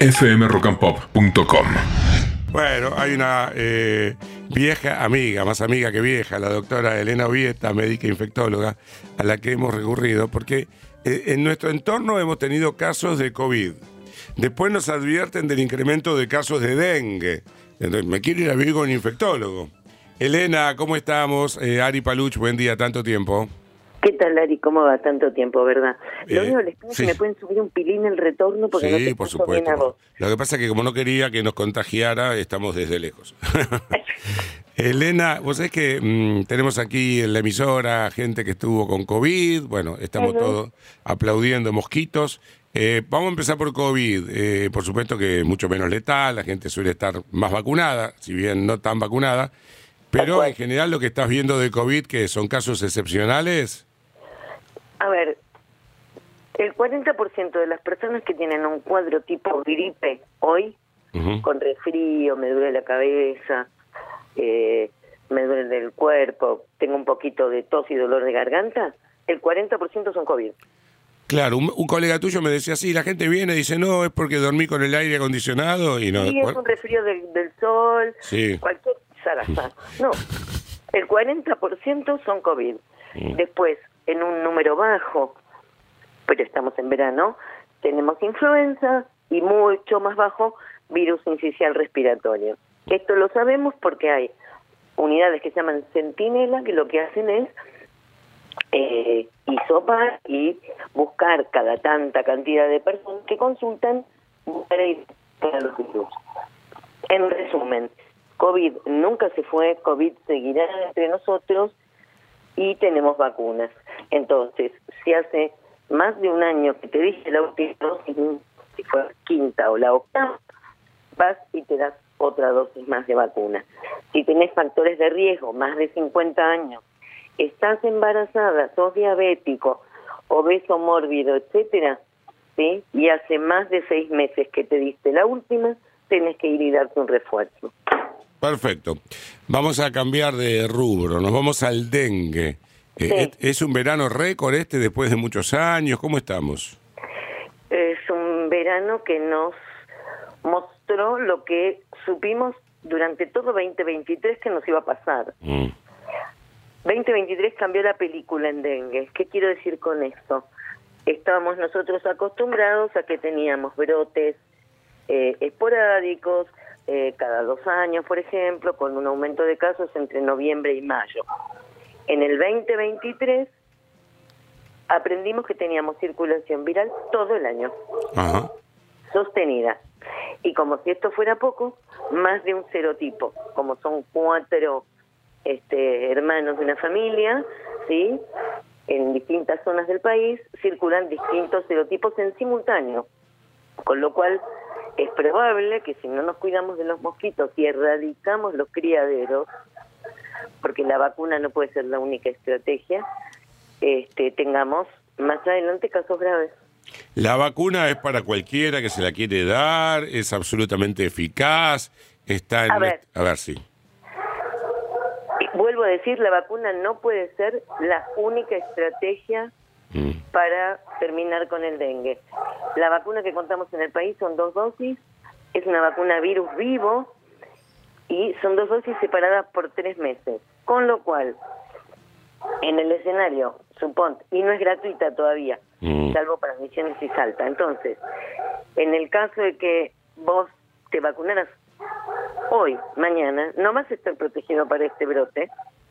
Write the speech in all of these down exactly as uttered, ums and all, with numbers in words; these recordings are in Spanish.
f m rock and pop punto com. Bueno, hay una eh, vieja amiga, más amiga que vieja, la doctora Elena Obieta, médica infectóloga, a la que hemos recurrido, porque eh, en nuestro entorno hemos tenido casos de COVID. Después nos advierten del incremento de casos de dengue. Entonces, me quiero ir a vivir con un infectólogo. Elena, ¿cómo estamos? Eh, Ari Paluch, buen día, tanto tiempo. ¿Qué tal, Ari? ¿Cómo va? Tanto tiempo, ¿verdad? Eh, Lo único que les pido es sí. que me pueden subir un pilín el retorno porque Sí, no te por escucho bien a supuesto. vos. Lo que pasa es que como no quería que nos contagiara, estamos desde lejos. Elena, vos sabés que mmm, tenemos aquí en la emisora gente que estuvo con COVID, bueno, estamos Uh-huh. todos aplaudiendo mosquitos. Eh, vamos a empezar por COVID, eh, por supuesto que mucho menos letal, la gente suele estar más vacunada, si bien no tan vacunada, pero en general lo que estás viendo de COVID, que son casos excepcionales. A ver, el cuarenta por ciento de las personas que tienen un cuadro tipo gripe hoy, Uh-huh. con resfrío, me duele la cabeza, eh, me duele el cuerpo, tengo un poquito de tos y dolor de garganta, el cuarenta por ciento son COVID. Claro, un, un colega tuyo me decía, sí, la gente viene y dice, no, es porque dormí con el aire acondicionado y no. Sí, es un resfrío del, del sol, Sí. cualquier zaraza. No, el cuarenta por ciento son COVID. Mm. Después, en un número bajo, pero estamos en verano, tenemos influenza y mucho más bajo, virus sincicial respiratorio. Esto lo sabemos porque hay unidades que se llaman centinela, que lo que hacen es eh, hisopar y buscar cada tanta cantidad de personas que consultan para identificar los virus. En resumen, COVID nunca se fue, COVID seguirá entre nosotros y tenemos vacunas. Entonces, si hace más de un año que te dije la última dosis, si fue la quinta o la octava, vas y te das otra dosis más de vacuna. Si tenés factores de riesgo, más de cincuenta años, estás embarazada, sos diabético, obeso mórbido, etcétera, ¿sí? Y hace más de seis meses que te diste la última, tenés que ir y darte un refuerzo. Perfecto. Vamos a cambiar de rubro, nos vamos al dengue. Eh, Sí. ¿es, ¿Es un verano récord este después de muchos años? ¿Cómo estamos? Es un verano que nos mostró lo que supimos durante todo veinte veintitrés que nos iba a pasar. Mm. veinte veintitrés cambió la película en dengue. ¿Qué quiero decir con esto? Estábamos nosotros acostumbrados a que teníamos brotes eh, esporádicos, eh, cada dos años, por ejemplo, con un aumento de casos entre noviembre y mayo. En el veinte veintitrés aprendimos que teníamos circulación viral todo el año, Ajá. sostenida. Y como si esto fuera poco, más de un serotipo, como son cuatro este, hermanos de una familia, ¿sí? En distintas zonas del país circulan distintos serotipos en simultáneo, con lo cual es probable que si no nos cuidamos de los mosquitos y erradicamos los criaderos, porque la vacuna no puede ser la única estrategia, este, tengamos más adelante casos graves. La vacuna es para cualquiera que se la quiere dar, es absolutamente eficaz, está en... A ver. A ver, sí. Vuelvo a decir, la vacuna no puede ser la única estrategia Mm. para terminar con el dengue. La vacuna que contamos en el país son dos dosis, es una vacuna virus vivo y son dos dosis separadas por tres meses. Con lo cual, en el escenario, suponte, y no es gratuita todavía, Mm. salvo para Misiones y Salta. Entonces, en el caso de que vos te vacunaras hoy, mañana, no vas a estar protegido para este brote.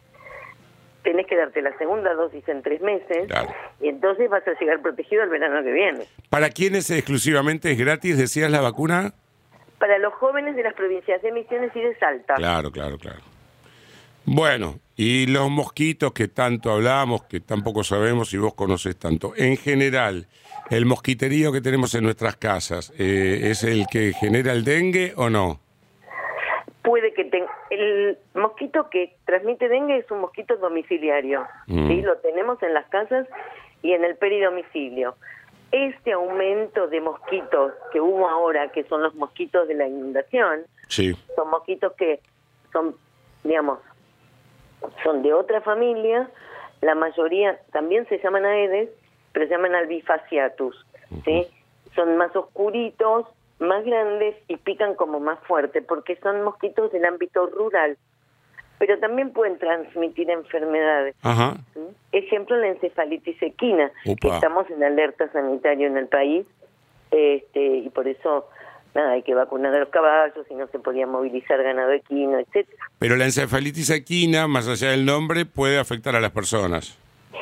Tenés que darte la segunda dosis en tres meses, Claro. y entonces vas a llegar protegido el verano que viene. ¿Para quiénes exclusivamente es gratis, decías, la vacuna? Para los jóvenes de las provincias de Misiones y de Salta. Claro, claro, claro. Bueno, y los mosquitos que tanto hablamos, que tampoco sabemos si vos conocés tanto. En general, el mosquiterío que tenemos en nuestras casas, eh, ¿es el que genera el dengue o no? Puede que tenga... El mosquito que transmite dengue es un mosquito domiciliario. Mm. ¿Sí? Lo tenemos en las casas y en el peridomicilio. Este aumento de mosquitos que hubo ahora, que son los mosquitos de la inundación, Sí. son mosquitos que son, digamos, son de otra familia, la mayoría también se llaman Aedes, pero se llaman Albifaciatus, ¿sí? Son más oscuritos, más grandes y pican como más fuerte, porque son mosquitos del ámbito rural, pero también pueden transmitir enfermedades. Ajá. ¿Sí? Ejemplo, la encefalitis equina, Upa. que estamos en alerta sanitaria en el país, este, y por eso nada, hay que vacunar a los caballos y no se podía movilizar ganado equino, etcétera. Pero la encefalitis equina, más allá del nombre, puede afectar a las personas.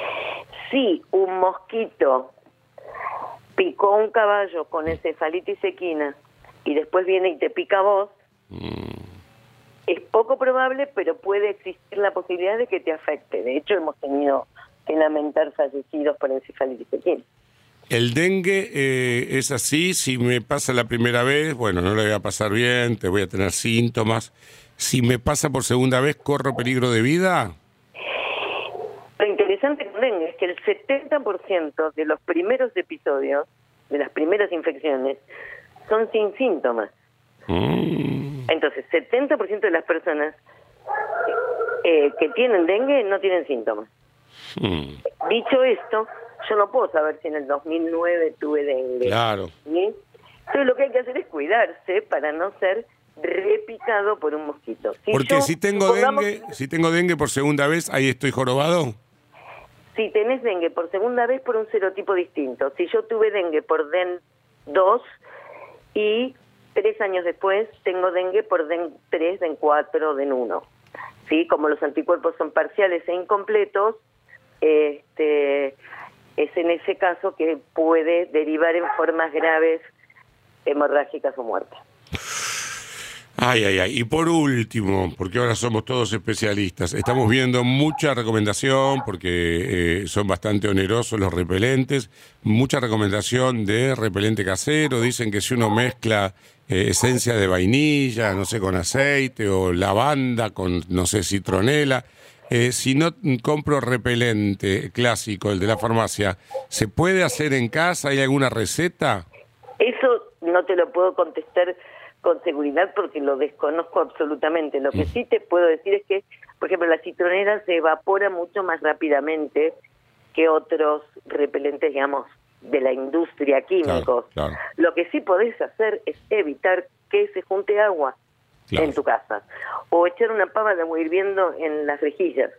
Si un mosquito picó un caballo con encefalitis equina y después viene y te pica a vos, mm. es poco probable, pero puede existir la posibilidad de que te afecte. De hecho, hemos tenido que lamentar fallecidos por encefalitis equina. El dengue eh, es así, si me pasa la primera vez, bueno, no le voy a pasar bien, te voy a tener síntomas. Si me pasa por segunda vez, ¿corro peligro de vida? Lo interesante con dengue es que el setenta por ciento de los primeros episodios, de las primeras infecciones, son sin síntomas. Mm. Entonces, setenta por ciento de las personas eh, que tienen dengue no tienen síntomas. Mm. Dicho esto, yo no puedo saber si en el dos mil nueve tuve dengue. Claro. ¿Sí? Entonces lo que hay que hacer es cuidarse para no ser repicado por un mosquito. Si Porque yo, si tengo supongamos, dengue, si tengo dengue por segunda vez, ahí estoy jorobado. Si tenés dengue por segunda vez por un serotipo distinto. Si yo tuve dengue por D E N dos y tres años después tengo dengue por D E N tres, D E N cuatro, D E N uno. ¿Sí? Como los anticuerpos son parciales e incompletos, este... es en ese caso que puede derivar en formas graves, hemorrágicas o muertes. Ay, ay, ay. Y por último, porque ahora somos todos especialistas, estamos viendo mucha recomendación, porque eh, son bastante onerosos los repelentes, mucha recomendación de repelente casero. Dicen que si uno mezcla eh, esencia de vainilla, no sé, con aceite, o lavanda con, no sé, citronela... Eh, si no compro repelente clásico, el de la farmacia, ¿se puede hacer en casa? ¿Hay alguna receta? Eso no te lo puedo contestar con seguridad porque lo desconozco absolutamente. Lo que sí te puedo decir es que, por ejemplo, la citronela se evapora mucho más rápidamente que otros repelentes, digamos, de la industria químicos. Claro, claro. Lo que sí podés hacer es evitar que se junte agua. Claro. En tu casa, o echar una pava de agua hirviendo en las rejillas.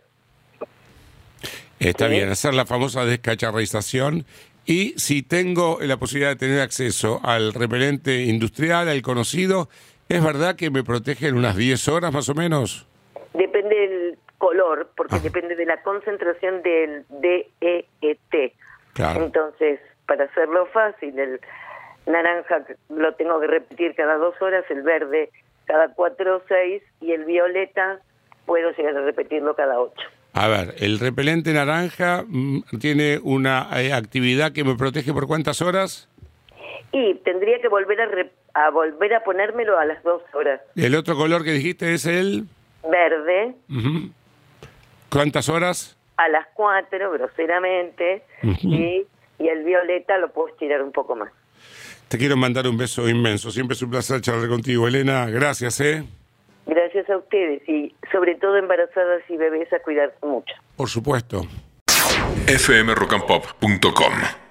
Está ¿Sí? bien, hacer la famosa descacharrización. Y si tengo la posibilidad de tener acceso al repelente industrial, al conocido, ¿es verdad que me protege en unas diez horas más o menos? Depende del color, porque ah. depende de la concentración del D E E T. Claro. Entonces, para hacerlo fácil, el naranja lo tengo que repetir cada dos horas, el verde cada cuatro o seis, y el violeta puedo llegar a repetirlo cada ocho. A ver, el repelente naranja mmm, tiene una eh, actividad que me protege por ¿cuántas horas? Y tendría que volver a, re, a volver a ponérmelo a las dos horas. ¿El otro color que dijiste es el? Verde. Uh-huh. ¿Cuántas horas? A las cuatro, groseramente, uh-huh. y, y el violeta lo puedo estirar un poco más. Te quiero mandar un beso inmenso. Siempre es un placer charlar contigo, Elena. Gracias, ¿eh? Gracias a ustedes y sobre todo embarazadas y bebés a cuidarse mucho. Por supuesto. F M rock and pop punto com